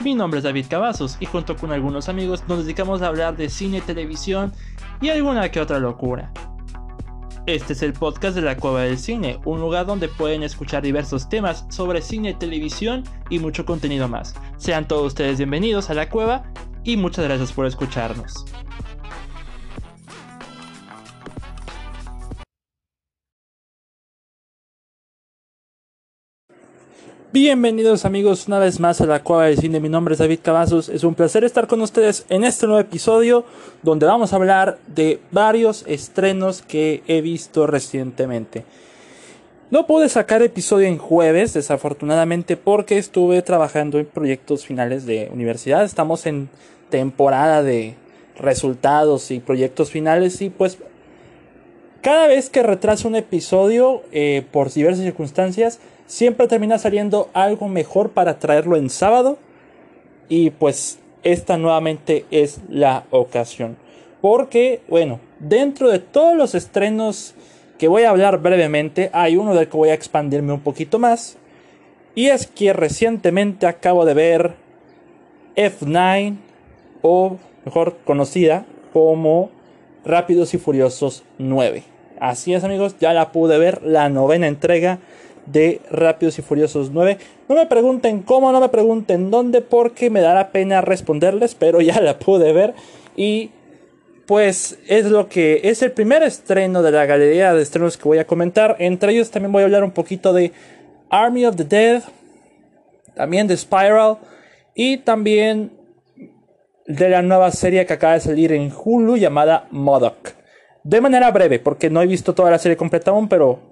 Mi nombre es David Cavazos y junto con algunos amigos nos dedicamos a hablar de cine, televisión y alguna que otra locura. Este es el podcast de la Cueva del Cine, un lugar donde pueden escuchar diversos temas sobre cine, televisión y mucho contenido más. Sean todos ustedes bienvenidos a la cueva y muchas gracias por escucharnos. Bienvenidos amigos una vez más a la Cueva del Cine, mi nombre es David Cavazos, es un placer estar con ustedes en este nuevo episodio donde vamos a hablar de varios estrenos que he visto recientemente. No pude sacar episodio en jueves desafortunadamente porque estuve trabajando en proyectos finales de universidad, estamos en temporada de resultados y proyectos finales y pues cada vez que retraso un episodio por diversas circunstancias siempre termina saliendo algo mejor para traerlo en sábado. Y pues esta nuevamente es la ocasión. Porque, bueno, dentro de todos los estrenos que voy a hablar brevemente, hay uno del que voy a expandirme un poquito más. Y es que recientemente acabo de ver F9, o mejor conocida como Rápidos y Furiosos 9. Así es amigos, ya la pude ver, la novena entrega de Rápidos y Furiosos 9. No me pregunten cómo, no me pregunten dónde, porque me dará pena responderles, pero ya la pude ver. Y pues es el primer estreno de la galería de estrenos que voy a comentar. Entre ellos también voy a hablar un poquito de Army of the Dead, también de Spiral y también de la nueva serie que acaba de salir en Hulu llamada M.O.D.O.K. De manera breve, porque no he visto toda la serie completa aún, pero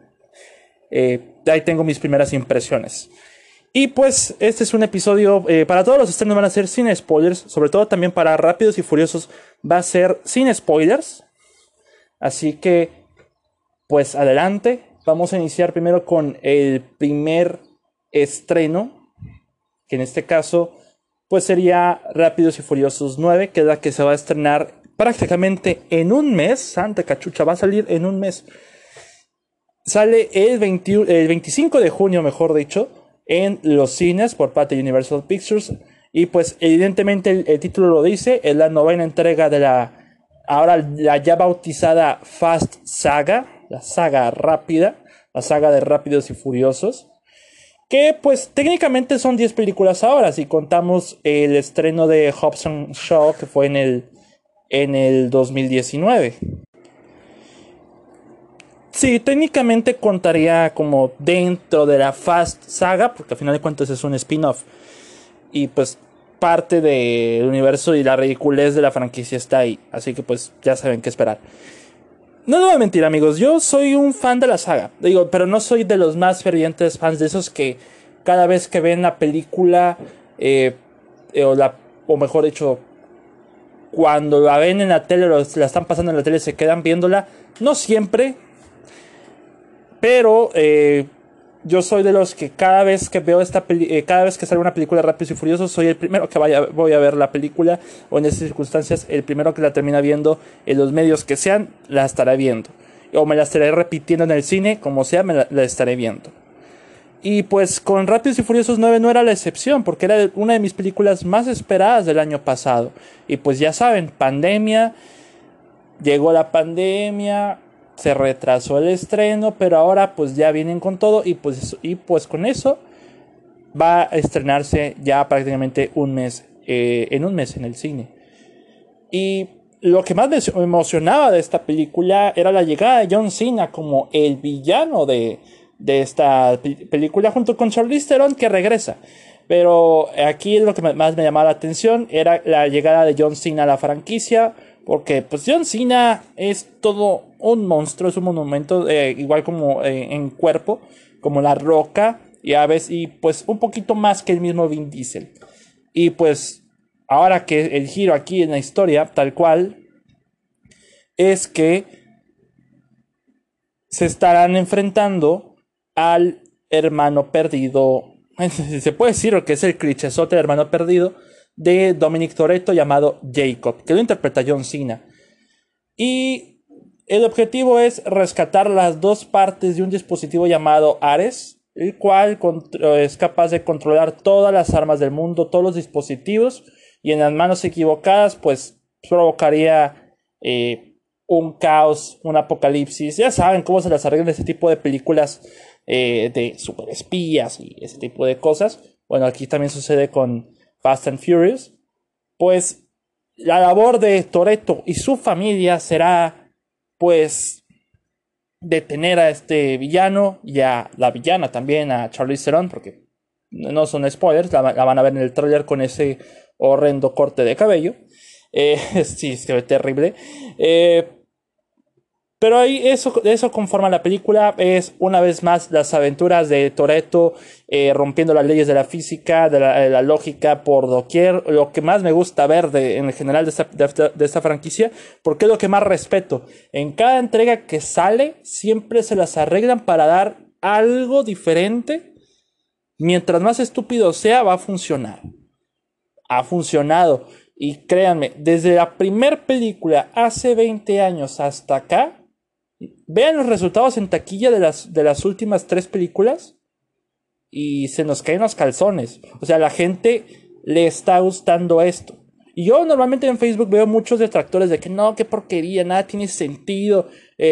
ahí tengo mis primeras impresiones. Y pues este es un episodio, para todos los estrenos van a ser sin spoilers, sobre todo también para Rápidos y Furiosos va a ser sin spoilers. Así que pues adelante, vamos a iniciar primero con el primer estreno, que en este caso pues sería Rápidos y Furiosos 9, que es la que se va a estrenar prácticamente en un mes. Santa cachucha, va a salir en un mes. Sale el 25 de junio, mejor dicho, en los cines por parte de Universal Pictures. Y pues evidentemente el título lo dice, es la novena entrega de ahora la ya bautizada Fast Saga, la saga rápida, la saga de Rápidos y Furiosos. Que pues técnicamente son 10 películas ahora, si contamos el estreno de Hobbs & Shaw que fue en el 2019. Sí, técnicamente contaría como dentro de la Fast Saga, porque al final de cuentas es un spin-off. Y pues parte del universo y la ridiculez de la franquicia está ahí. Así que pues ya saben qué esperar. No les voy a mentir amigos, yo soy un fan de la saga. Digo, pero no soy de los más fervientes fans de esos que cada vez que ven la película, o mejor dicho, cuando la ven en la tele, la están pasando en la tele, se quedan viéndola. No siempre. Pero yo soy de los que cada vez que veo cada vez que sale una película de Rápidos y Furiosos, soy el primero que voy a ver la película, o en esas circunstancias el primero que la termina viendo en los medios que sean, la estaré viendo. O me la estaré repitiendo en el cine, como sea, la estaré viendo. Y pues con Rápidos y Furiosos 9 no era la excepción, porque era una de mis películas más esperadas del año pasado. Y pues ya saben, pandemia, llegó la pandemia, se retrasó el estreno, pero ahora pues ya vienen con todo y pues con eso va a estrenarse ya prácticamente en un mes en el cine. Y lo que más me emocionaba de esta película era la llegada de John Cena como el villano de esta película, junto con Charlize Theron, que regresa. Pero aquí lo que más me llamaba la atención era la llegada de John Cena a la franquicia, porque pues John Cena es todo un monstruo, es un monumento, igual como en cuerpo, como La Roca, y pues un poquito más que el mismo Vin Diesel. Y pues ahora que el giro aquí en la historia, tal cual, es que se estarán enfrentando al hermano perdido, se puede decir que es el clichezote del hermano perdido de Dominic Toretto llamado Jacob, que lo interpreta John Cena. Y el objetivo es rescatar las dos partes de un dispositivo llamado Ares, el cual es capaz de controlar todas las armas del mundo, todos los dispositivos, y en las manos equivocadas pues provocaría un caos, un apocalipsis. Ya saben cómo se las arreglan ese tipo de películas de superespías y ese tipo de cosas. Bueno, aquí también sucede con Fast and Furious. Pues la labor de Toretto y su familia será pues detener a este villano y a la villana también, a Charlize Theron, porque no son spoilers, la van a ver en el tráiler con ese horrendo corte de cabello. Sí, se ve terrible. Pero ahí eso conforma la película. Es una vez más las aventuras de Toretto rompiendo las leyes de la física, de la lógica por doquier. Lo que más me gusta ver en general de esta franquicia, porque es lo que más respeto. En cada entrega que sale, siempre se las arreglan para dar algo diferente. Mientras más estúpido sea, va a funcionar. Ha funcionado. Y créanme, desde la primer película hace 20 años hasta acá, vean los resultados en taquilla de las últimas 3 películas y se nos caen los calzones. O sea, a la gente le está gustando esto. Y yo normalmente en Facebook veo muchos detractores de que no, qué porquería, nada tiene sentido.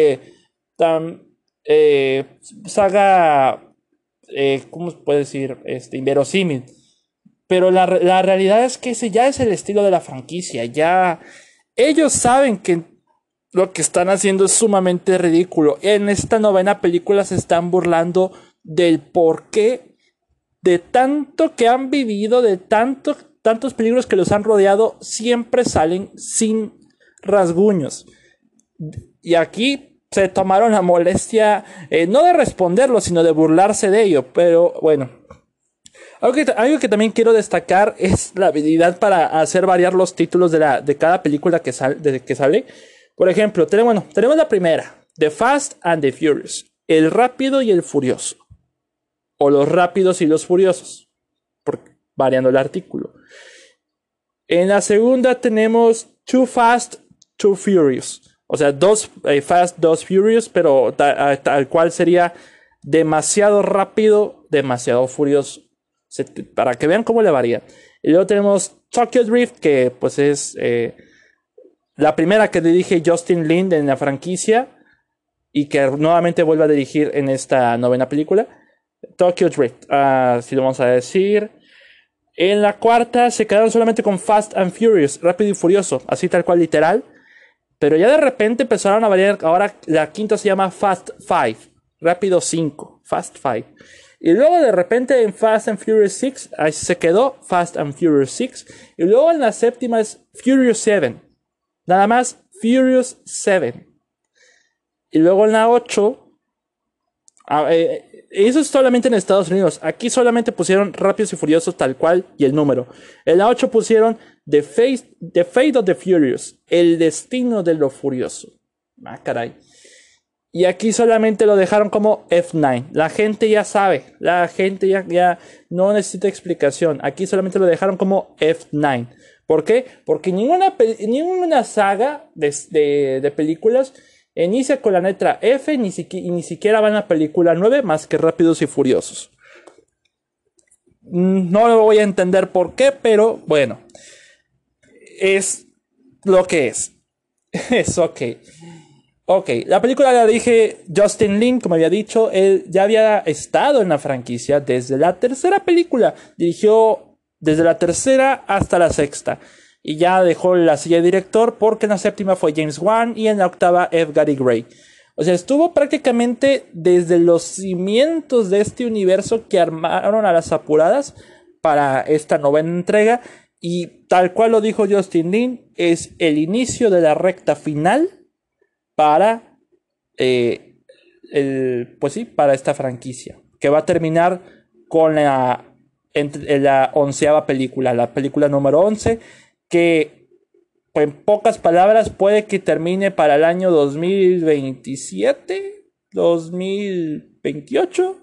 Saga, ¿cómo se puede decir? Inverosímil. Pero la realidad es que ese ya es el estilo de la franquicia. Ya ellos saben que lo que están haciendo es sumamente ridículo. En esta novena película se están burlando del porqué de tanto que han vivido, de tantos peligros que los han rodeado, siempre salen sin rasguños. Y aquí se tomaron la molestia, no de responderlo, sino de burlarse de ello. Pero bueno, algo que también quiero destacar es la habilidad para hacer variar los títulos de cada película que sale. Por ejemplo, tenemos la primera, The Fast and the Furious, el rápido y el furioso, o los rápidos y los furiosos, variando el artículo. En la segunda tenemos Too Fast, Too Furious, o sea, dos Fast, dos Furious, pero tal cual sería demasiado rápido, demasiado furioso, para que vean cómo le varía. Y luego tenemos Tokyo Drift, que pues es la primera que dirige Justin Lin en la franquicia y que nuevamente vuelve a dirigir en esta novena película. Tokyo Drift, así lo vamos a decir. En la cuarta se quedaron solamente con Fast and Furious, Rápido y Furioso, así tal cual literal. Pero ya de repente empezaron a variar. Ahora la quinta se llama Fast 5, Rápido 5, Fast 5. Y luego de repente en Fast and Furious 6, ahí se quedó Fast and Furious 6. Y luego en la séptima es Furious 7. Nada más, Furious 7. Y luego en la 8, eso es solamente en Estados Unidos. Aquí solamente pusieron Rápidos y Furiosos tal cual y el número. En la 8 pusieron The Fate of the Furious, el destino de lo furioso. Caray. Y aquí solamente lo dejaron como F9. La gente ya sabe. La gente ya no necesita explicación. Aquí solamente lo dejaron como F9. ¿Por qué? Porque ninguna saga de películas inicia con la letra F y ni siquiera va en la película 9 más que Rápidos y Furiosos. No lo voy a entender por qué, pero bueno. Es lo que es. Es ok. Ok, la película la dirige Justin Lin, como había dicho. Él ya había estado en la franquicia desde la tercera película. Dirigió desde la tercera hasta la sexta. Y ya dejó la silla de director porque en la séptima fue James Wan y en la octava F. Gary Gray. O sea, estuvo prácticamente desde los cimientos de este universo que armaron a las apuradas para esta novena entrega. Y tal cual lo dijo Justin Lin, es el inicio de la recta final para para esta franquicia, que va a terminar con la 11ª película, la película número 11, que en pocas palabras puede que termine para el año 2027, 2028.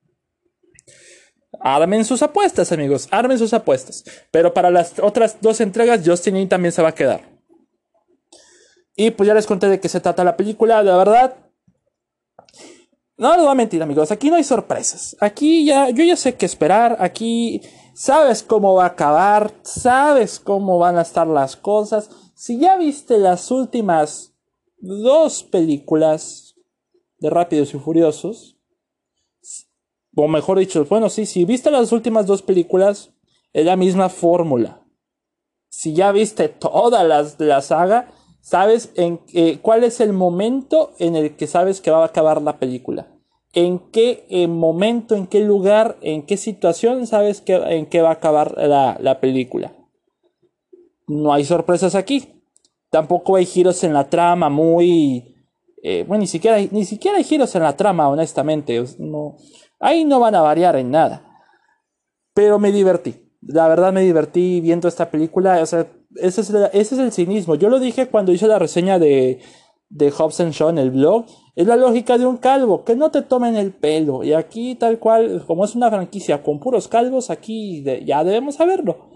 Armen sus apuestas, amigos, armen sus apuestas. Pero para las otras 2 entregas, Justin Lin también se va a quedar. Y pues ya les conté de qué se trata la película. La verdad, No les voy a mentir, amigos, aquí no hay sorpresas. Aquí yo ya sé qué esperar. Aquí sabes cómo va a acabar, sabes cómo van a estar las cosas. Si ya viste las últimas dos películas de Rápidos y Furiosos, o mejor dicho, bueno, sí, si viste las últimas dos películas, es la misma fórmula. Si ya viste todas las de la saga, sabes cuál es el momento en el que sabes que va a acabar la película. En qué momento, en qué lugar, en qué situación sabes en qué va a acabar la película. No hay sorpresas aquí. Tampoco hay giros en la trama muy... bueno, ni siquiera hay giros en la trama, honestamente. No, ahí no van a variar en nada. Pero me divertí. La verdad me divertí viendo esta película. O sea, ese es el cinismo. Yo lo dije cuando hice la reseña de Hobbs and Shaw en el blog. Es la lógica de un calvo. Que no te tomen el pelo. Y aquí tal cual, como es una franquicia con puros calvos, aquí ya debemos saberlo.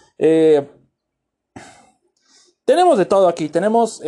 Tenemos de todo aquí. Tenemos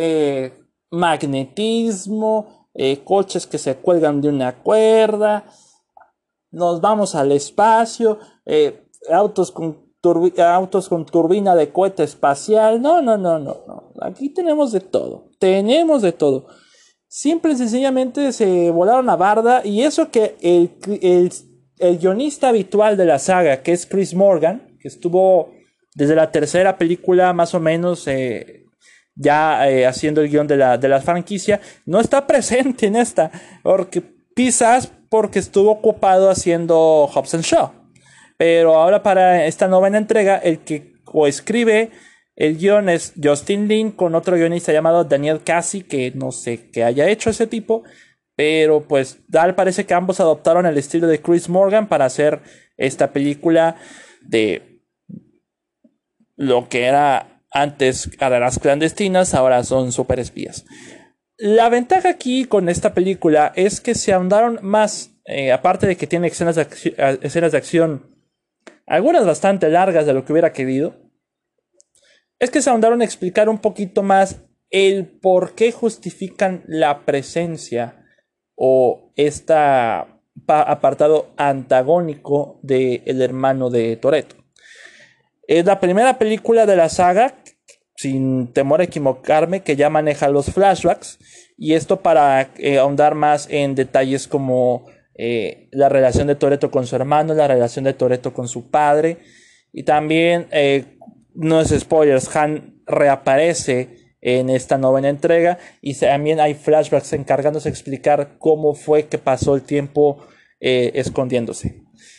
magnetismo, coches que se cuelgan de una cuerda. Nos vamos al espacio, autos con turbina de cohete espacial. No. Aquí tenemos de todo. Tenemos de todo. Simple y sencillamente se volaron a barda. Y eso que el guionista habitual de la saga, que es Chris Morgan, que estuvo desde la tercera película más o menos haciendo el guión de la franquicia, no está presente en esta. Quizás porque estuvo ocupado haciendo Hobbs and Shaw. Pero ahora para esta novena entrega, el que coescribe el guión es Justin Lin con otro guionista llamado Daniel Casey, que no sé qué haya hecho ese tipo. Pero pues tal parece que ambos adoptaron el estilo de Chris Morgan para hacer esta película de lo que era antes carreras clandestinas, ahora son super espías. La ventaja aquí con esta película es que se ahondaron más, aparte de que tiene escenas de acción, algunas bastante largas de lo que hubiera querido, es que se ahondaron a explicar un poquito más el por qué justifican la presencia o este apartado antagónico del hermano de Toretto. Es la primera película de la saga, sin temor a equivocarme, que ya maneja los flashbacks. Y esto para ahondar más en detalles como la relación de Toretto con su hermano, la relación de Toretto con su padre. Y también, no es spoilers, Han reaparece en esta novena entrega. Y también hay flashbacks encargándose de explicar cómo fue que pasó el tiempo escondiéndose.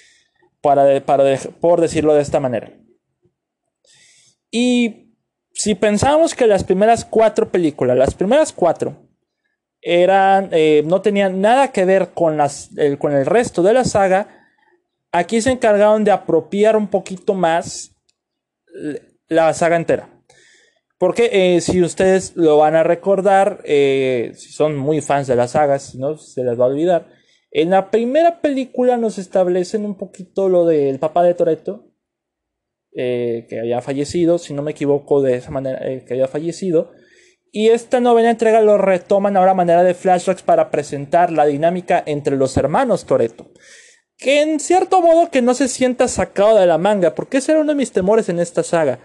Por decirlo de esta manera. Y si pensamos que las primeras cuatro películas, no tenían nada que ver con el resto de la saga, aquí se encargaron de apropiar un poquito más la saga entera. Porque si ustedes lo van a recordar, si son muy fans de las sagas, si no se les va a olvidar, en la primera película nos establecen un poquito lo del papá de Toretto, que había fallecido, si no me equivoco de esa manera, que había fallecido. Y esta novena entrega lo retoman ahora a manera de flashbacks para presentar la dinámica entre los hermanos Toretto. Que en cierto modo que no se sienta sacado de la manga, porque ese era uno de mis temores en esta saga.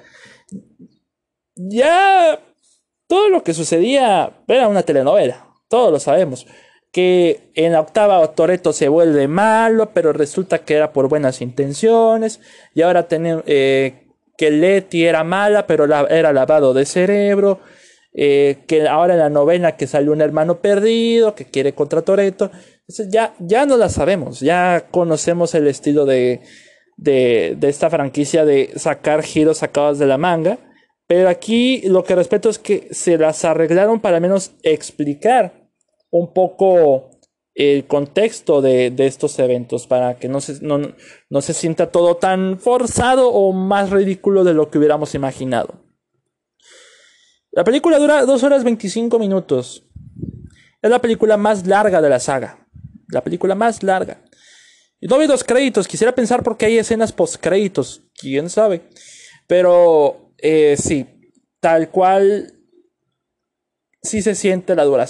Ya todo lo que sucedía era una telenovela, todos lo sabemos. Que en la octava Toretto se vuelve malo, pero resulta que era por buenas intenciones. Y ahora tenemos que Letty era mala, pero era lavado de cerebro. Que ahora en la novena que salió un hermano perdido que quiere contra Toretto. Entonces ya no la sabemos, ya conocemos el estilo de esta franquicia de sacar giros sacados de la manga. Pero aquí lo que respeto es que se las arreglaron para al menos explicar un poco el contexto de estos eventos, para que no se sienta todo tan forzado o más ridículo de lo que hubiéramos imaginado. La película dura 2 horas 25 minutos. Es la película más larga de la saga. La película más larga. Y no vi los créditos. Quisiera pensar por qué hay escenas post créditos. Quién sabe. Pero sí, tal cual sí se siente la duración.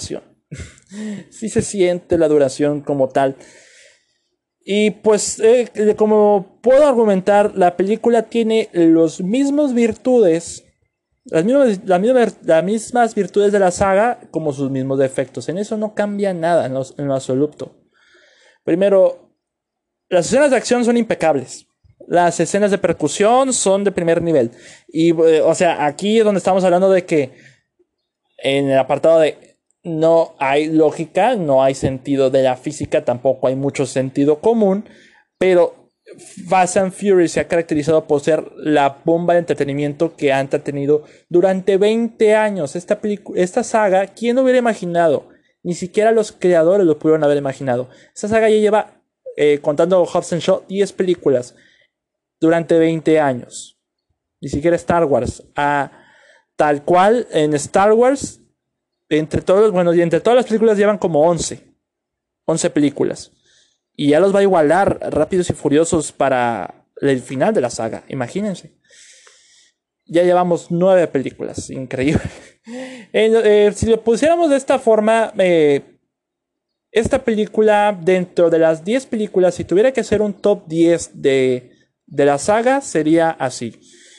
Sí se siente la duración como tal. Y pues, como puedo argumentar, la película tiene los mismos virtudes, las mismas virtudes de la saga como sus mismos defectos. En eso no cambia nada en lo absoluto. Primero, las escenas de acción son impecables. Las escenas de percusión son de primer nivel. Y, o sea, aquí es donde estamos hablando de que en el apartado de no hay lógica, no hay sentido de la física, tampoco hay mucho sentido común, pero Fast and Furious se ha caracterizado por ser la bomba de entretenimiento que han tenido durante 20 años. Esta saga, ¿quién lo hubiera imaginado? Ni siquiera los creadores lo pudieron haber imaginado. Esta saga ya lleva, contando Hobbs and Shaw, 10 películas durante 20 años. Ni siquiera Star Wars. Tal cual, en Star Wars, entre todas las películas llevan como 11 películas. Y ya los va a igualar Rápidos y Furiosos para el final de la saga. Imagínense. Ya llevamos 9 películas. Increíble. Si lo pusiéramos de esta forma, esta película, dentro de las 10 películas, si tuviera que hacer un top 10 de la saga, sería así.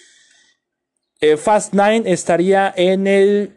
Fast 9 estaría en el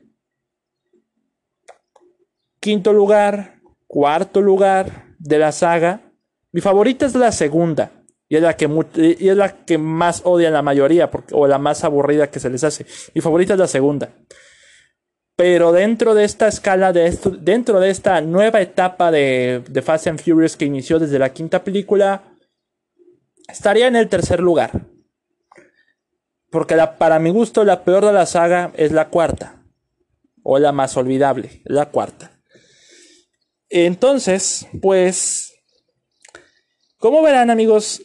quinto lugar, cuarto lugar de la saga. Mi favorita es la segunda. Y es la que más odian la mayoría, o la más aburrida que se les hace. Mi favorita es la segunda. Pero dentro de esta escala, dentro de esta nueva etapa de Fast and Furious que inició desde la quinta película, estaría en el tercer lugar. Porque para mi gusto, la peor de la saga es la cuarta. O la más olvidable, la cuarta. Entonces, pues, como verán, amigos,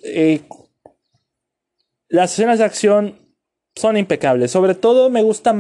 las escenas de acción son impecables. Sobre todo me gusta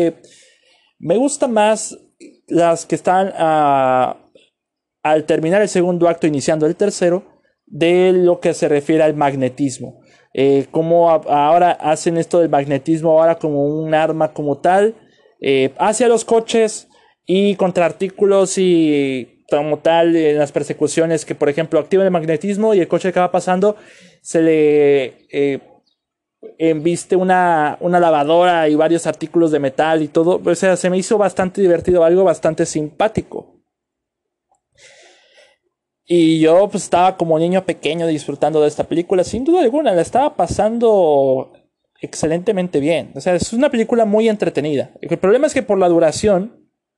más las que están al terminar el segundo acto, iniciando el tercero, de lo que se refiere al magnetismo. Como ahora hacen esto del magnetismo ahora como un arma como tal, hacia los coches y contra artículos y como tal en las persecuciones, que por ejemplo activan el magnetismo y el coche que va pasando se le embiste una lavadora y varios artículos de metal y todo. O sea, se me hizo bastante divertido, algo bastante simpático. Y yo pues estaba como niño pequeño disfrutando de esta película, sin duda alguna, la estaba pasando excelentemente bien. O sea, es una película muy entretenida. El problema es que por la duración,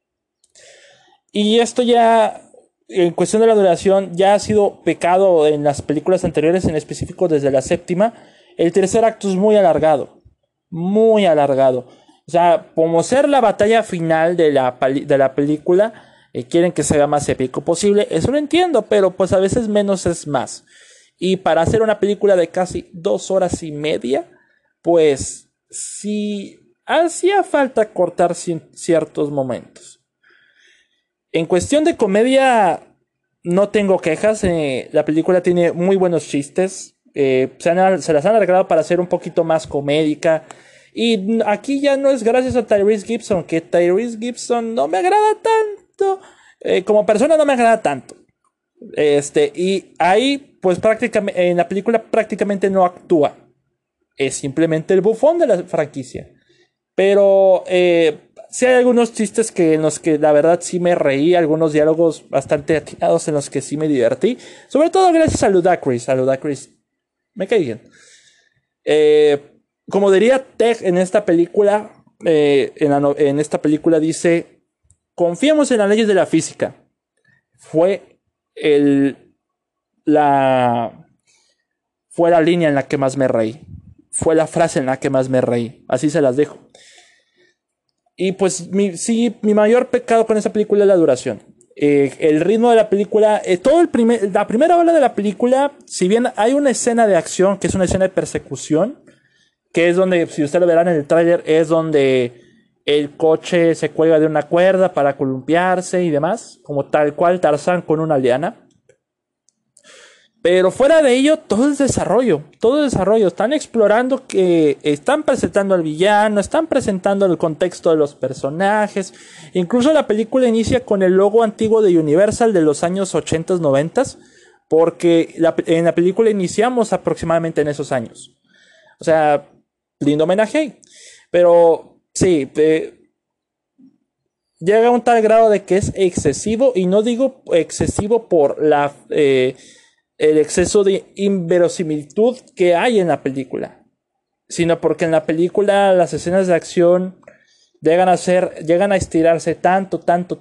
y esto ya, en cuestión de la duración, ya ha sido pecado en las películas anteriores, en específico desde la séptima. El tercer acto es muy alargado. Muy alargado. O sea, como ser la batalla final de la película, quieren que sea más épico posible. Eso lo entiendo, pero pues a veces menos es más. Y para hacer una película de casi 2 horas y media, pues sí hacía falta cortar ciertos momentos. En cuestión de comedia, no tengo quejas. La película tiene muy buenos chistes. Se las han alargado para hacer un poquito más comédica. Y aquí ya no es gracias a Tyrese Gibson, que Tyrese Gibson no me agrada tanto. Como persona no me agrada tanto. Y ahí, pues prácticamente, en la película prácticamente no actúa. Es simplemente el bufón de la franquicia. Pero sí hay algunos chistes en los que la verdad sí me reí, algunos diálogos bastante atinados en los que sí me divertí. Sobre todo gracias a Ludacris. A Ludacris me cae bien. Como diría Tech en esta película, en esta película dice: confiemos en las leyes de la física. Fue la línea en la que más me reí. Fue la frase en la que más me reí. Así se las dejo. Y pues mi mayor pecado con esta película es la duración. El ritmo de la película, la primera hora de la película, si bien hay una escena de acción, que es una escena de persecución, que es donde, si ustedes lo verán en el tráiler, es donde el coche se cuelga de una cuerda para columpiarse y demás, como tal cual Tarzán con una liana. Pero fuera de ello, todo es desarrollo, todo es desarrollo. Están explorando que están presentando al villano, están presentando el contexto de los personajes. Incluso la película inicia con el logo antiguo de Universal de los años 80, 90, porque en la película iniciamos aproximadamente en esos años. O sea, lindo homenaje. Pero sí, llega a un tal grado de que es excesivo, y no digo excesivo por el exceso de inverosimilitud que hay en la película, sino porque en la película las escenas de acción llegan a estirarse tanto,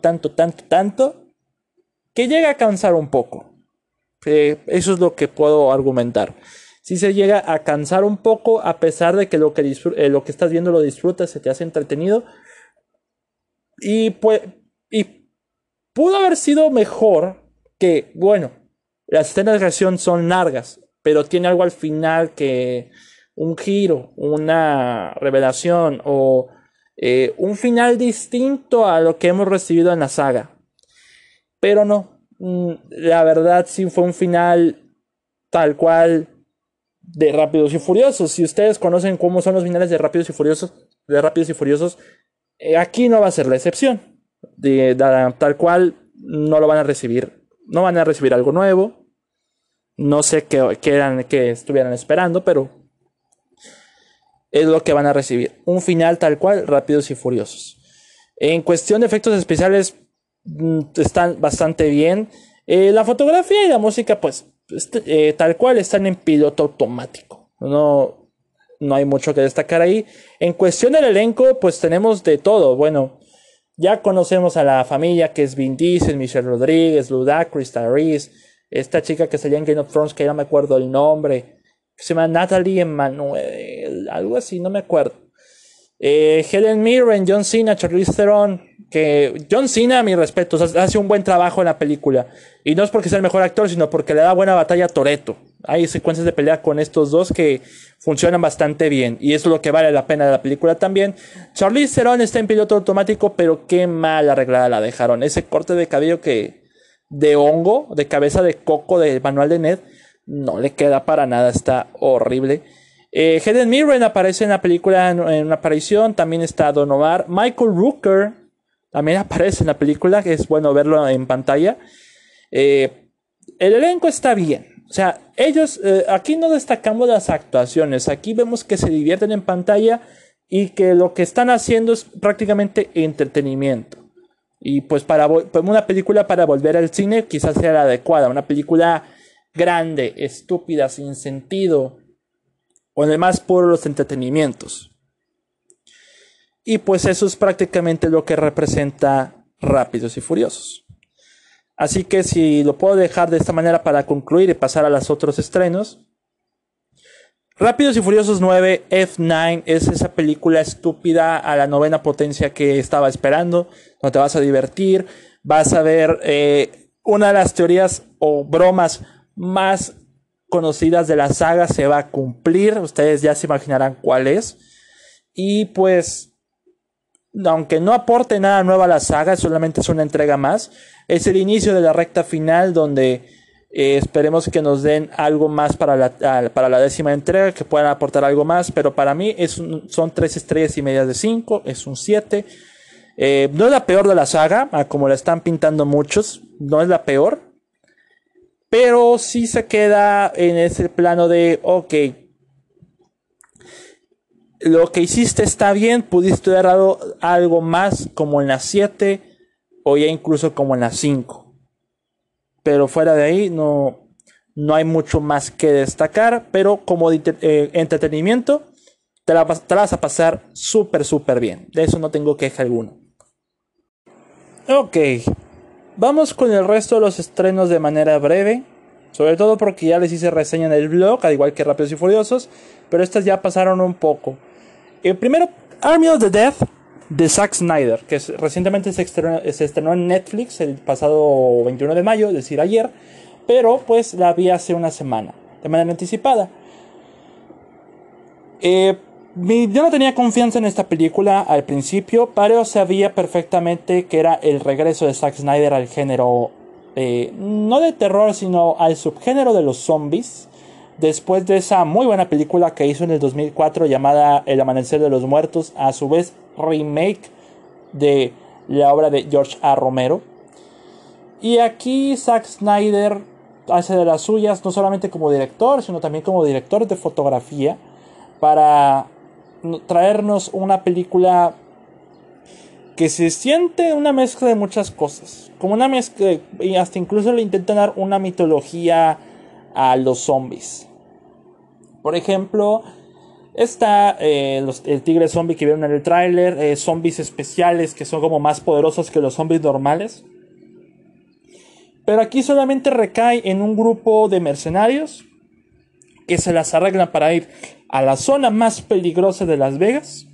que llega a cansar un poco. Eso es lo que puedo argumentar. Si se llega a cansar un poco, a pesar de que lo que estás viendo lo disfrutas, se te hace entretenido. Y pudo haber sido mejor que, bueno, las escenas de acción son largas, pero tiene algo al final, que un giro, una revelación o un final distinto a lo que hemos recibido en la saga. Pero no, la verdad sí fue un final tal cual de Rápidos y Furiosos. Si ustedes conocen cómo son los finales de Rápidos y Furiosos, aquí no va a ser la excepción. Tal cual no lo van a recibir. No van a recibir algo nuevo. No sé qué estuvieran esperando, pero es lo que van a recibir. Un final tal cual, Rápidos y Furiosos. En cuestión de efectos especiales, están bastante bien. La fotografía y la música, pues, tal cual están en piloto automático. No hay mucho que destacar ahí. En cuestión del elenco, pues tenemos de todo. Bueno, ya conocemos a la familia, que es Vin Diesel, Michelle Rodríguez, Ludacris, Tyrese, esta chica que salía en Game of Thrones, que ya no me acuerdo el nombre, que se llama Natalie Emmanuel, algo así, no me acuerdo. Helen Mirren, John Cena, Charlize Theron. Que John Cena, a mi respeto, hace un buen trabajo en la película. Y no es porque sea el mejor actor, sino porque le da buena batalla a Toretto. Hay secuencias de pelea con estos dos que funcionan bastante bien, y eso es lo que vale la pena de la película también. Charlize Theron está en piloto automático, pero qué mal arreglada la dejaron. Ese corte de cabello de hongo, de cabeza de coco del manual de Ned, no le queda para nada, está horrible. Helen Mirren aparece en la película en una aparición. También está Don Omar. Michael Rooker también aparece en la película, que es bueno verlo en pantalla. El elenco está bien. O sea, ellos, aquí no destacamos las actuaciones. Aquí vemos que se divierten en pantalla y que lo que están haciendo es prácticamente entretenimiento. Y pues una película para volver al cine quizás sea la adecuada. Una película grande, estúpida, sin sentido, o además por los entretenimientos. Y pues eso es prácticamente lo que representa Rápidos y Furiosos. Así que si lo puedo dejar de esta manera para concluir y pasar a los otros estrenos. Rápidos y Furiosos 9 F9 es esa película estúpida a la 9ª potencia que estaba esperando. Donde te vas a divertir. Vas a ver una de las teorías o bromas más conocidas de la saga se va a cumplir. Ustedes ya se imaginarán cuál es. Y pues, aunque no aporte nada nuevo a la saga, solamente es una entrega más. Es el inicio de la recta final, donde esperemos que nos den algo más para la 10ª entrega, que puedan aportar algo más. Pero para mí son 3 estrellas y media de 5, es un 7. No es la peor de la saga, como la están pintando muchos, no es la peor. Pero sí se queda en ese plano de, ok, lo que hiciste está bien, pudiste haber dado algo más como en la 7 o ya incluso como en la 5. Pero fuera de ahí no hay mucho más que destacar, pero como entretenimiento te la vas a pasar súper bien. De eso no tengo queja alguna. Ok, vamos con el resto de los estrenos de manera breve. Sobre todo porque ya les hice reseña en el blog, al igual que Rápidos y Furiosos. Pero estas ya pasaron un poco. Primero, Army of the Dead de Zack Snyder, que recientemente se estrenó en Netflix el pasado 21 de mayo, es decir, ayer. Pero pues la vi hace una semana, de manera anticipada. Yo no tenía confianza en esta película al principio, pero sabía perfectamente que era el regreso de Zack Snyder al género no de terror, sino al subgénero de los zombies, después de esa muy buena película que hizo en el 2004 llamada El Amanecer de los Muertos, a su vez remake de la obra de George A. Romero. Y aquí Zack Snyder hace de las suyas, no solamente como director, sino también como director de fotografía, para traernos una película que se siente una mezcla de muchas cosas, como una mezcla, y hasta incluso le intentan dar una mitología a los zombies. Por ejemplo, está el tigre zombie que vieron en el tráiler, zombies especiales que son como más poderosos que los zombies normales. Pero aquí solamente recae en un grupo de mercenarios que se las arreglan para ir a la zona más peligrosa de Las Vegas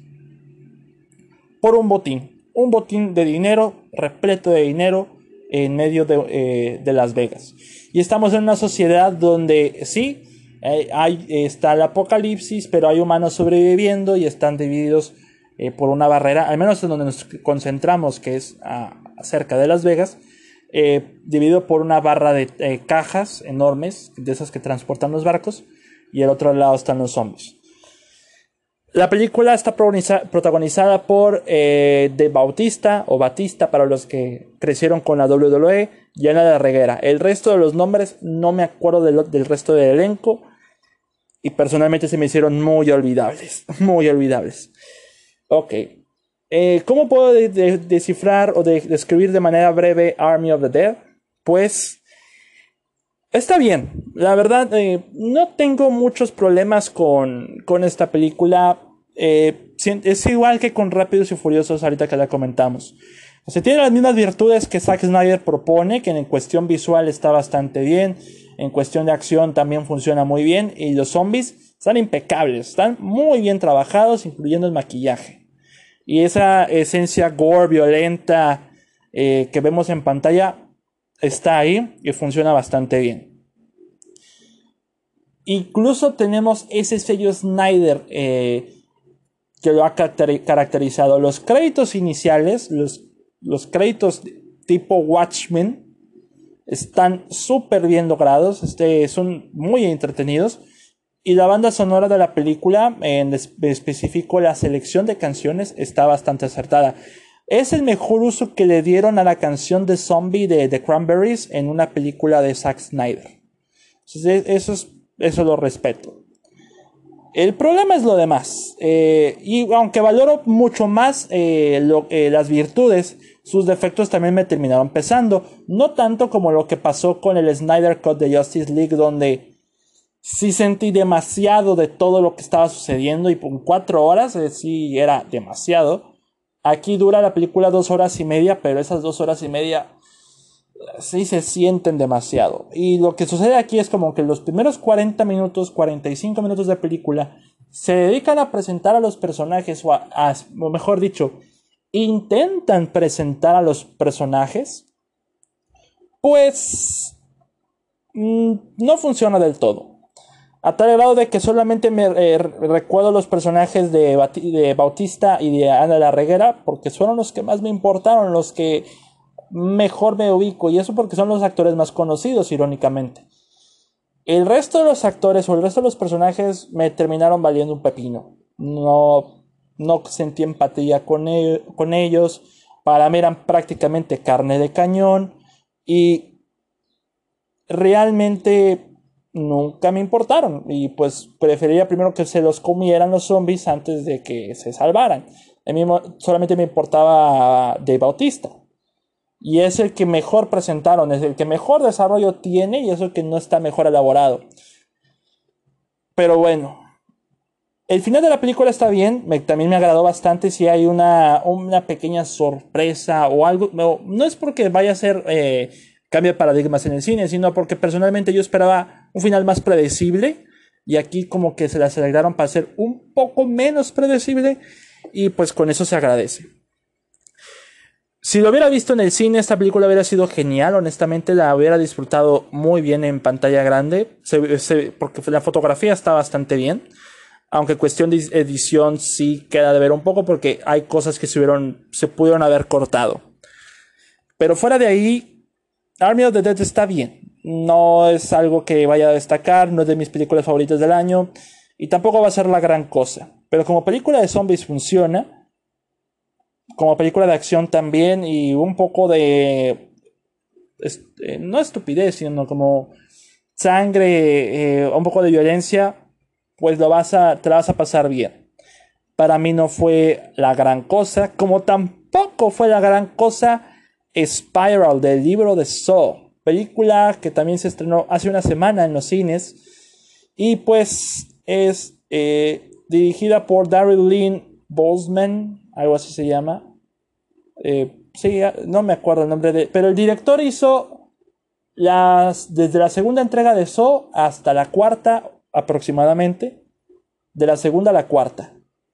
por un botín de dinero, repleto de dinero en medio de Las Vegas. Y estamos en una sociedad donde sí, está el apocalipsis, pero hay humanos sobreviviendo y están divididos por una barrera, al menos en donde nos concentramos, que es cerca de Las Vegas, dividido por una barra de cajas enormes, de esas que transportan los barcos, y al otro lado están los zombies. La película está protagonizada por Dave Bautista, o Batista para los que crecieron con la WWE, y Ana de la Reguera. El resto de los nombres no me acuerdo del resto del elenco, y personalmente se me hicieron muy olvidables. Muy olvidables. Ok. ¿Cómo puedo descifrar o describir de manera breve Army of the Dead? Pues está bien. La verdad, no tengo muchos problemas con esta película. Es igual que con Rápidos y Furiosos ahorita que la comentamos. O sea, tiene las mismas virtudes que Zack Snyder propone, que en cuestión visual está bastante bien. En cuestión de acción también funciona muy bien. Y los zombies están impecables. Están muy bien trabajados, incluyendo el maquillaje. Y esa esencia gore, violenta, que vemos en pantalla, está ahí y funciona bastante bien. Incluso tenemos ese sello Snyder que lo ha caracterizado. Los créditos iniciales, los créditos tipo Watchmen, están súper bien logrados, son muy entretenidos. Y la banda sonora de la película, en específico la selección de canciones, está bastante acertada. Es el mejor uso que le dieron a la canción de Zombie de The Cranberries en una película de Zack Snyder. Entonces, eso lo respeto. El problema es lo demás. Y aunque valoro mucho más las virtudes, sus defectos también me terminaron pesando. No tanto como lo que pasó con el Snyder Cut de Justice League, donde sí sentí demasiado de todo lo que estaba sucediendo y por 4 horas sí era demasiado. Aquí dura la película 2 horas y media, pero esas 2 horas y media sí se sienten demasiado. Y lo que sucede aquí es como que los primeros 40 minutos, 45 minutos de película se dedican a presentar a los personajes, o mejor dicho, intentan presentar a los personajes, pues no funciona del todo. A tal grado de que solamente me recuerdo los personajes de Bautista y de Ana la Reguera, porque fueron los que más me importaron, los que mejor me ubico, y eso porque son los actores más conocidos, irónicamente. El resto de los actores o el resto de los personajes me terminaron valiendo un pepino. No sentí empatía con ellos. Para mí eran prácticamente carne de cañón, y realmente nunca me importaron, y pues prefería primero que se los comieran los zombies antes de que se salvaran. A mí solamente me importaba Dave Bautista, y es el que mejor presentaron, es el que mejor desarrollo tiene, y es el que no está mejor elaborado. Pero bueno, el final de la película está bien, también me agradó bastante. Si hay una pequeña sorpresa o algo, no es porque vaya a ser cambio de paradigmas en el cine, sino porque personalmente yo esperaba un final más predecible, y aquí como que se las alegraron para ser un poco menos predecible, y pues con eso se agradece. Si lo hubiera visto en el cine, esta película hubiera sido genial. Honestamente la hubiera disfrutado muy bien en pantalla grande, porque la fotografía está bastante bien, aunque cuestión de edición sí queda de ver un poco, porque hay cosas que se pudieron haber cortado. Pero fuera de ahí, Army of the Dead está bien. No es algo que vaya a destacar, no es de mis películas favoritas del año y tampoco va a ser la gran cosa. Pero como película de zombies funciona, como película de acción también y un poco de... no estupidez, sino como sangre, un poco de violencia, pues te la vas a pasar bien. Para mí no fue la gran cosa, como tampoco fue la gran cosa Spiral, del libro de Saw, película que también se estrenó hace una semana en los cines y pues es dirigida por Darren Lynn Bousman, algo así se llama. Sí, no me acuerdo el nombre pero el director hizo desde la segunda entrega de Saw hasta la cuarta aproximadamente, de la segunda a la cuarta.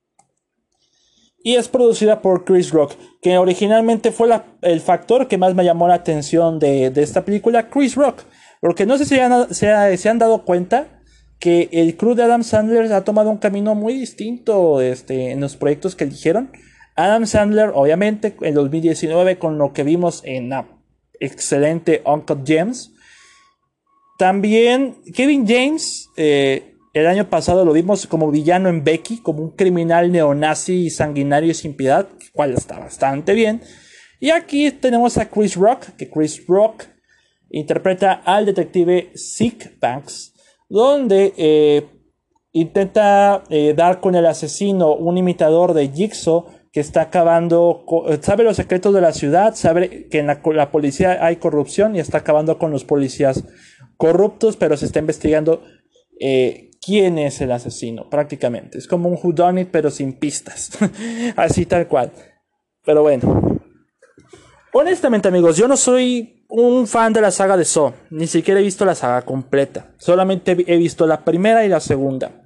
Y es producida por Chris Rock, que originalmente fue el factor que más me llamó la atención de esta película, Chris Rock. Porque no sé si se han dado cuenta que el crew de Adam Sandler ha tomado un camino muy distinto en los proyectos que eligieron. Adam Sandler, obviamente, en 2019 con lo que vimos en la excelente Uncut Gems. También Kevin James, el año pasado lo vimos como villano en Becky, como un criminal neonazi sanguinario y sin piedad, cual está bastante bien. Y aquí tenemos a Chris Rock, que Chris Rock interpreta al detective Zeke Banks, donde intenta dar con el asesino, un imitador de Jigsaw, que está acabando, sabe los secretos de la ciudad, sabe que en la policía hay corrupción y está acabando con los policías corruptos, pero se está investigando quién es el asesino, prácticamente. Es como un whodunit, pero sin pistas. Así tal cual. Pero bueno. Honestamente, amigos, yo no soy un fan de la saga de Saw. Ni siquiera he visto la saga completa. Solamente he visto la primera y la segunda.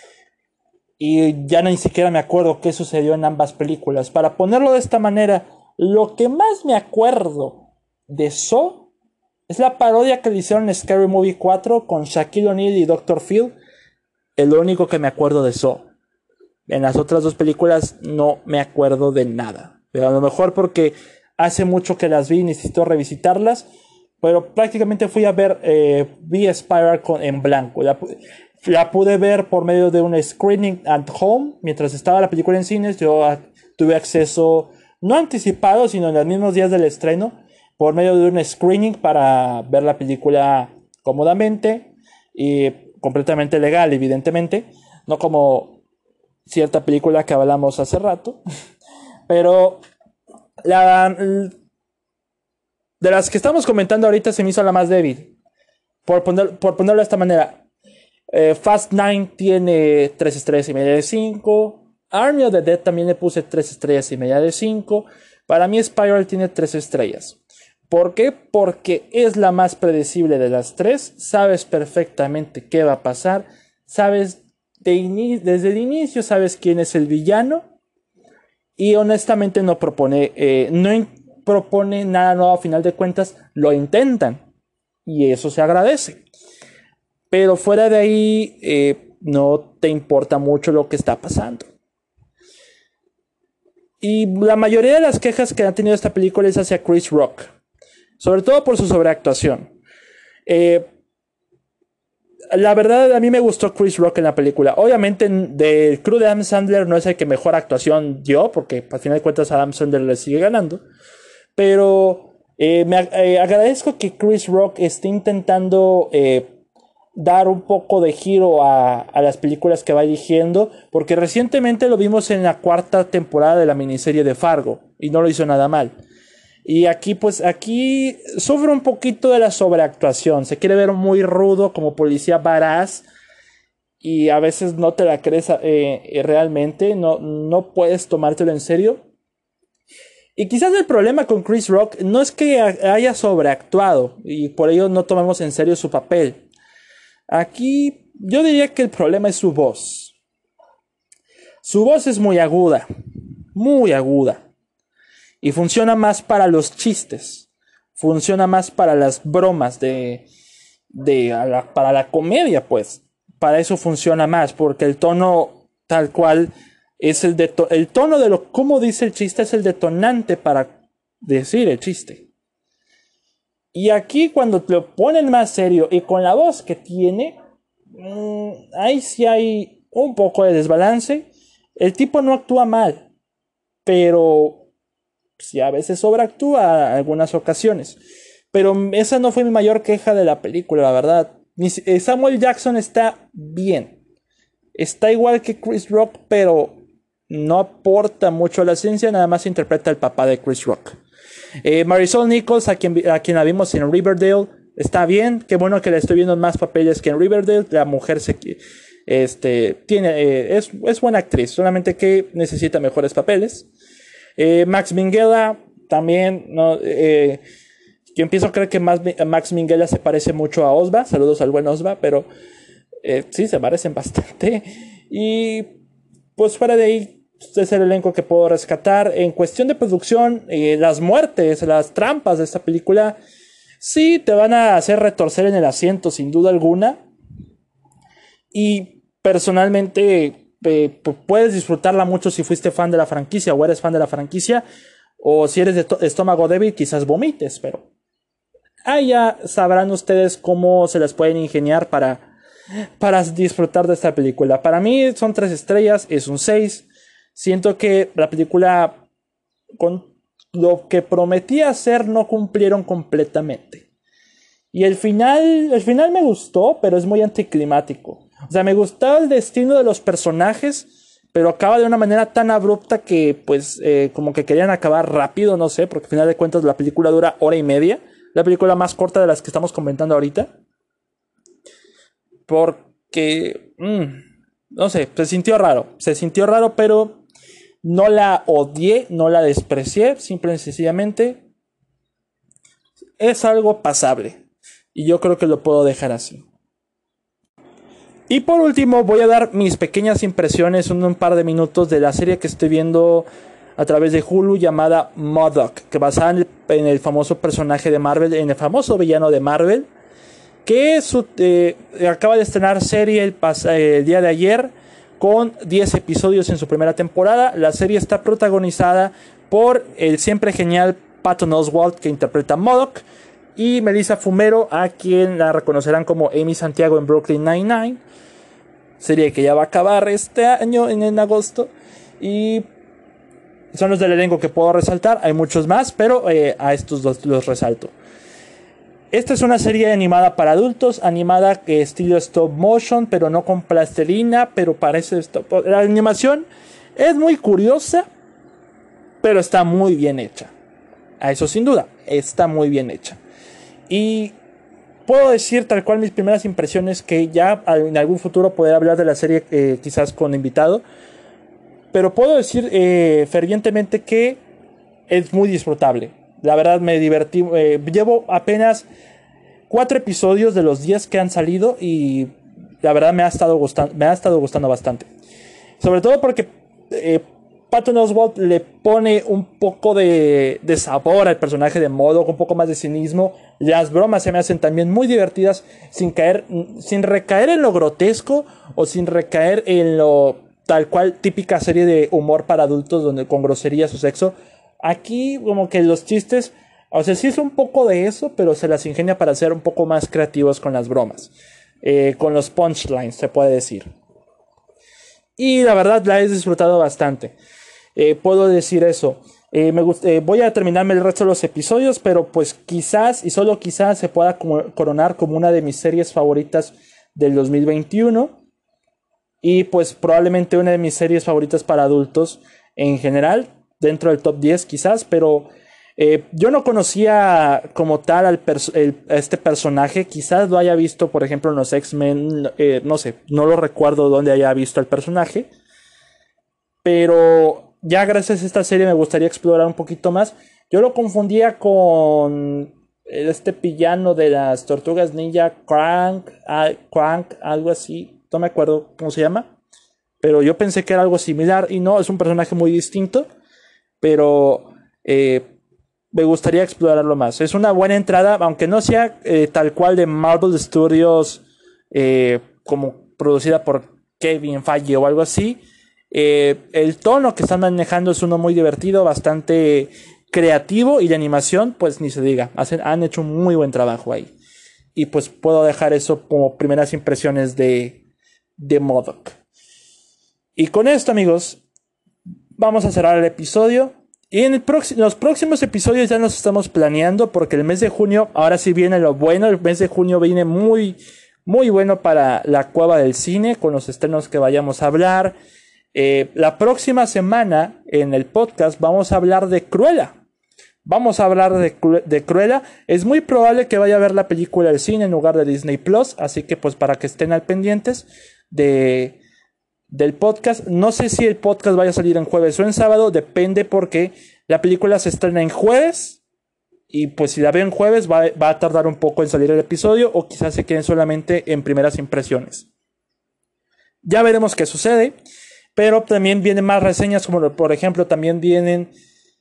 Y ya ni siquiera me acuerdo qué sucedió en ambas películas. Para ponerlo de esta manera, lo que más me acuerdo de Saw es la parodia que le hicieron en Scary Movie 4 con Shaquille O'Neal y Dr. Phil. Es lo único que me acuerdo de Saw. En las otras dos películas no me acuerdo de nada. Pero a lo mejor porque hace mucho que las vi y necesito revisitarlas. Pero prácticamente fui a ver, vi Spiral en blanco. La pude ver por medio de un screening at home. Mientras estaba la película en cines, yo tuve acceso, no anticipado, sino en los mismos días del estreno, por medio de un screening para ver la película cómodamente y completamente legal, evidentemente. No como cierta película que hablamos hace rato. Pero de las que estamos comentando ahorita se me hizo la más débil. Por ponerlo de esta manera. Fast 9 tiene 3 estrellas y media de 5. Army of the Dead también le puse 3 estrellas y media de 5. Para mí Spiral tiene 3 estrellas. ¿Por qué? Porque es la más predecible de las tres. Sabes perfectamente qué va a pasar. Sabes desde el inicio sabes quién es el villano. Y honestamente no propone nada nuevo a final de cuentas. Lo intentan. Y eso se agradece. Pero fuera de ahí no te importa mucho lo que está pasando. Y la mayoría de las quejas que ha tenido esta película es hacia Chris Rock. Sobre todo por su sobreactuación. La verdad, a mí me gustó Chris Rock en la película. Obviamente, del crew de Adam Sandler no es el que mejor actuación dio, porque al final de cuentas Adam Sandler le sigue ganando. Pero agradezco que Chris Rock esté intentando dar un poco de giro a las películas que va eligiendo, porque recientemente lo vimos en la cuarta temporada de la miniserie de Fargo, y no lo hizo nada mal. Y aquí sufre un poquito de la sobreactuación. Se quiere ver muy rudo como policía badass. Y a veces no te la crees realmente. No puedes tomártelo en serio. Y quizás el problema con Chris Rock no es que haya sobreactuado. Y por ello no tomamos en serio su papel. Aquí yo diría que el problema es su voz. Su voz es muy aguda. Muy aguda. Y funciona más para los chistes. Funciona más para las bromas para la comedia, pues. Para eso funciona más, porque el tono tal cual es el tono de cómo dice el chiste es el detonante para decir el chiste. Y aquí cuando te lo ponen más serio y con la voz que tiene, ahí sí hay un poco de desbalance. El tipo no actúa mal, pero sí a veces sobreactúa en algunas ocasiones. Pero esa no fue mi mayor queja de la película, la verdad. Samuel Jackson está bien. Está igual que Chris Rock, pero no aporta mucho a la ciencia, nada más interpreta al papá de Chris Rock. Marisol Nichols, a quien la vimos en Riverdale, está bien. Qué bueno que la estoy viendo en más papeles que en Riverdale. La mujer es buena actriz, solamente que necesita mejores papeles. Max Minghella también, no, yo empiezo a creer que Max Minghella se parece mucho a Osva. Saludos al buen Osva, pero sí, se parecen bastante. Y pues fuera de ahí, es el elenco que puedo rescatar. En cuestión de producción, las muertes, las trampas de esta película, sí te van a hacer retorcer en el asiento, sin duda alguna. Y personalmente, puedes disfrutarla mucho si fuiste fan de la franquicia o eres fan de la franquicia. O si eres de estómago débil, quizás vomites, pero ahí ya sabrán ustedes cómo se las pueden ingeniar para disfrutar de esta película. Para mí son 3 estrellas, es un 6. Siento que la película, con lo que prometía hacer, no cumplieron completamente. Y el final me gustó, pero es muy anticlimático. O sea, me gustaba el destino de los personajes, pero acaba de una manera tan abrupta que, pues, como que querían acabar rápido, no sé, porque al final de cuentas la película dura 1 hora y media. La película más corta de las que estamos comentando ahorita. Porque, no sé, se sintió raro, pero no la odié, no la desprecié, simple y sencillamente es algo pasable. Y yo creo que lo puedo dejar así. Y por último voy a dar mis pequeñas impresiones en un par de minutos de la serie que estoy viendo a través de Hulu llamada MODOK, que basada en el famoso personaje de Marvel, en el famoso villano de Marvel, que acaba de estrenar serie el día de ayer con 10 episodios en su primera temporada. La serie está protagonizada por el siempre genial Patton Oswalt, que interpreta a MODOK, y Melissa Fumero, a quien la reconocerán como Amy Santiago en Brooklyn Nine-Nine, serie que ya va a acabar este año en agosto. Y son los del elenco que puedo resaltar. Hay muchos más, pero a estos dos los resalto. Esta es una serie animada para adultos, animada que estilo stop motion, pero no con plastilina, pero parece la animación es muy curiosa, pero está muy bien hecha. A eso sin duda, está muy bien hecha. Y puedo decir tal cual mis primeras impresiones, que ya en algún futuro podré hablar de la serie quizás con invitado. Pero puedo decir fervientemente que es muy disfrutable. La verdad me divertí. Llevo apenas 4 episodios de los 10 que han salido y la verdad me ha estado gustando bastante. Sobre todo porque Patton Oswalt le pone un poco de sabor al personaje de MODOK, un poco más de cinismo. Las bromas se me hacen también muy divertidas, sin recaer en lo grotesco o sin recaer en lo tal cual típica serie de humor para adultos donde con groserías o sexo. Aquí como que los chistes, o sea, sí es un poco de eso, pero se las ingenia para ser un poco más creativos con las bromas, con los punchlines, se puede decir. Y la verdad la he disfrutado bastante. Puedo decir eso. Voy a terminarme el resto de los episodios, pero pues quizás, y solo quizás, se pueda coronar como una de mis series favoritas del 2021. Y pues probablemente una de mis series favoritas para adultos en general, dentro del top 10 quizás, pero yo no conocía como tal a este personaje. Quizás lo haya visto, por ejemplo, en los X-Men, no sé, no lo recuerdo dónde haya visto al personaje, pero ya gracias a esta serie me gustaría explorar un poquito más. Yo lo confundía con este villano de las Tortugas Ninja, Crank, algo así. No me acuerdo cómo se llama, pero yo pensé que era algo similar y no, es un personaje muy distinto, pero me gustaría explorarlo más. Es una buena entrada, aunque no sea tal cual de Marvel Studios, como producida por Kevin Feige o algo así. El tono que están manejando es uno muy divertido, bastante creativo y de animación, pues ni se diga. Han hecho un muy buen trabajo ahí. Y pues puedo dejar eso como primeras impresiones de MODOK. Y con esto, amigos, vamos a cerrar el episodio. Y en los próximos episodios ya nos estamos planeando, porque el mes de junio, ahora sí viene lo bueno. El mes de junio viene muy, muy bueno para la Cueva del Cine, con los estrenos que vayamos a hablar. La próxima semana en el podcast vamos a hablar de Cruella. Vamos a hablar de Cruella. Es muy probable que vaya a ver la película al cine en lugar de Disney Plus. Así que pues para que estén al pendientes del podcast. No sé si el podcast vaya a salir en jueves o en sábado. Depende, porque la película se estrena en jueves. Y pues si la veo en jueves va a tardar un poco en salir el episodio. O quizás se queden solamente en primeras impresiones. Ya veremos qué sucede. Pero también vienen más reseñas, como por ejemplo también vienen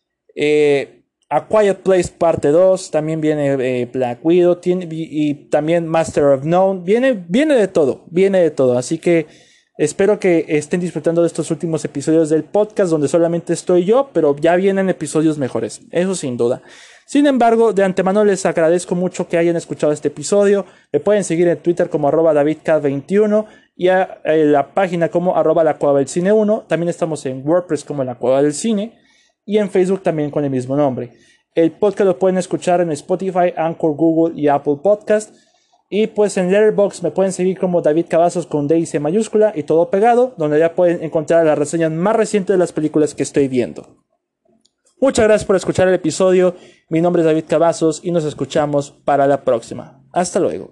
A Quiet Place parte 2, también viene Black Widow, y también Master of None. Viene de todo, así que espero que estén disfrutando de estos últimos episodios del podcast, donde solamente estoy yo, pero ya vienen episodios mejores, eso sin duda. Sin embargo, de antemano les agradezco mucho que hayan escuchado este episodio. Me pueden seguir en Twitter como @DavidCat21 y a la página como @LaCuevaDelCine1. También estamos en WordPress como La Cueva del Cine y en Facebook también con el mismo nombre. El podcast lo pueden escuchar en Spotify, Anchor, Google y Apple Podcast. Y pues en Letterboxd me pueden seguir como David Cavazos con D y C mayúscula y todo pegado, donde ya pueden encontrar las reseñas más recientes de las películas que estoy viendo. Muchas gracias por escuchar el episodio. Mi nombre es David Cavazos y nos escuchamos para la próxima. Hasta luego.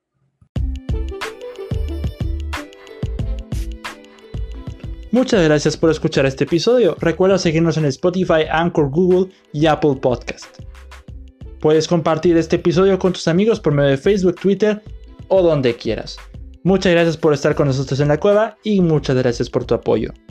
Muchas gracias por escuchar este episodio. Recuerda seguirnos en Spotify, Anchor, Google y Apple Podcast. Puedes compartir este episodio con tus amigos por medio de Facebook, Twitter o donde quieras. Muchas gracias por estar con nosotros en la cueva y muchas gracias por tu apoyo.